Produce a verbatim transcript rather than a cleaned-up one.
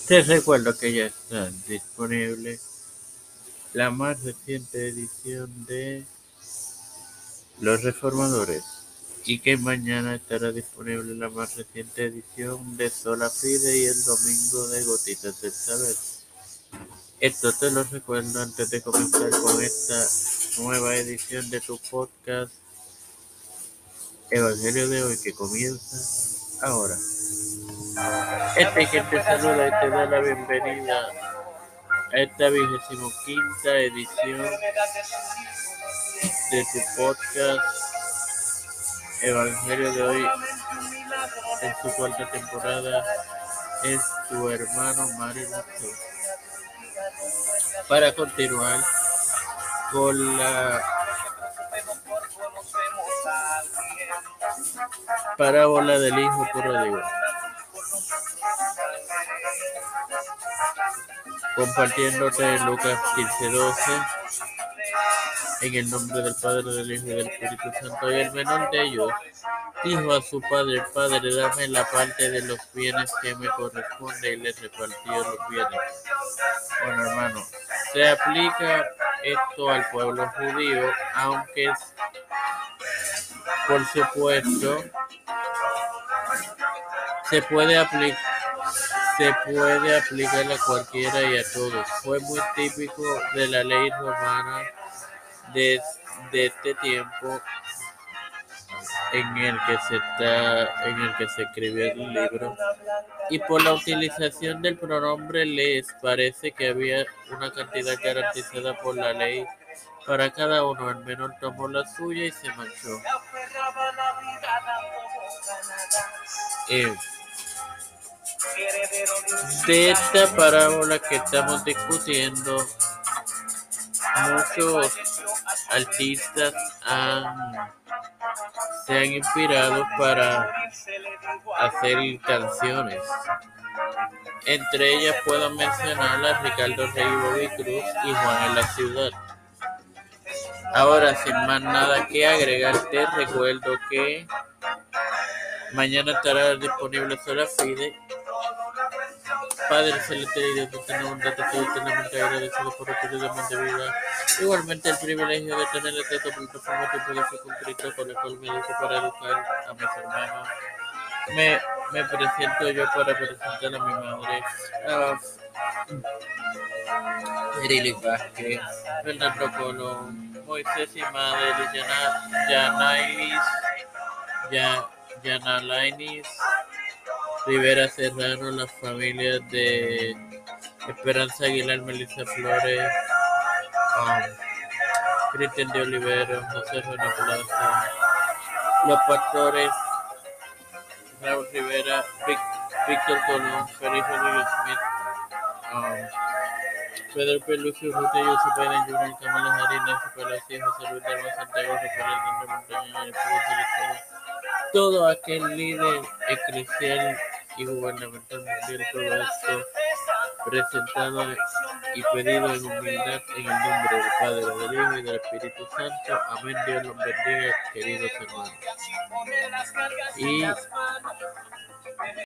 Te recuerdo que ya está disponible la más reciente edición de Los Reformadores y que mañana estará disponible la más reciente edición de Sola Fide y el domingo de Gotitas del Saber. Esto te lo recuerdo antes de comenzar con esta nueva edición de tu podcast Evangelio de hoy que comienza ahora. Este que te saluda y te da la bienvenida a esta vigésimo quinta edición de tu podcast Evangelio de hoy en su cuarta temporada es tu hermano Mario Lacto. Para continuar con la parábola del hijo pródigo, compartiéndote Lucas quince doce. En el nombre del Padre, del Hijo y del Espíritu Santo. Y el menor de ellos dijo a su padre: Padre, dame la parte de los bienes que me corresponde, y le repartió los bienes. Bueno, hermano, se aplica esto al pueblo judío, aunque por supuesto se puede aplicar se puede aplicar a cualquiera y a todos. Fue muy típico de la ley romana de, de este tiempo en el que se está en el que se escribió el libro, y por la utilización del pronombre les parece que había una cantidad garantizada por la ley para cada uno. El menor tomó la suya y se marchó. Eh, de esta parábola que estamos discutiendo, muchos artistas han, se han inspirado para hacer canciones. Entre ellas puedo mencionar a Ricardo Rey Bobby Cruz y Juan en la Ciudad. Ahora, sin más nada que agregar, te recuerdo que mañana estará disponible Sola Fide. Padre celeste y Dios, te tenemos un dato todo eternamente agradecido por tu de vida. Igualmente el privilegio de tener esta plataforma que puede ser concreto con el cual me dedico para educar a mis hermanos. Me, me presento yo para presentar a mi madre, a Erili Vázquez, Fernando Colón, Moisés y Madre, Yanailis, Yanalainis, Rivera Serrano, las familias de Esperanza Aguilar, Melissa Flores, um, Cristian de Olivero, José Reno Plaza, los pastores Raúl Rivera, Vic, Víctor Colón, Félix Rodríguez Smith, um, Pedro Peluso, Ruta José Biden junior, Kamala Harris, Nancy Pelosi, José Luis de Alba Santiago, Rafael Hernández Montaña, el Presidente, todo aquel líder eclesial y gubernamental mundial, todo esto presentado y pedido en humildad en el nombre del Padre, del Hijo y del Espíritu Santo. Amén. Dios los bendiga, queridos hermanos. Y